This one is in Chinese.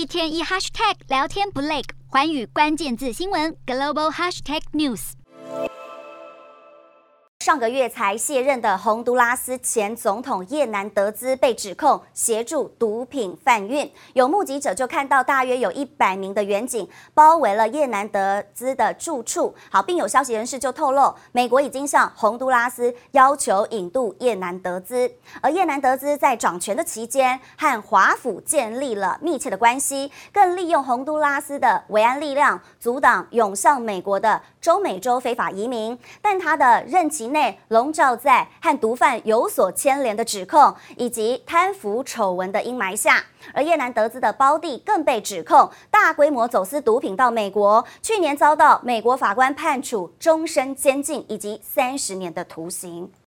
天一 hashtag 聊天不累，寰宇关键字新闻 global hashtag news。 上个月才卸任的洪都拉斯前总统叶南德兹被指控协助毒品贩运，有目击者就看到大约有100名的远警包围了叶南德兹的住处。好，并有消息人士就透露，美国已经向洪都拉斯要求引渡叶南德兹，而叶南德兹在掌权的期间和华府建立了密切的关系，更利用洪都拉斯的维安力量阻挡涌向美国的中美洲非法移民，但他的任期内笼罩在和毒贩有所牵连的指控以及贪腐丑闻的阴霾下，而叶南德兹的胞弟更被指控大规模走私毒品到美国，去年遭到美国法官判处终身监禁以及30年的徒刑。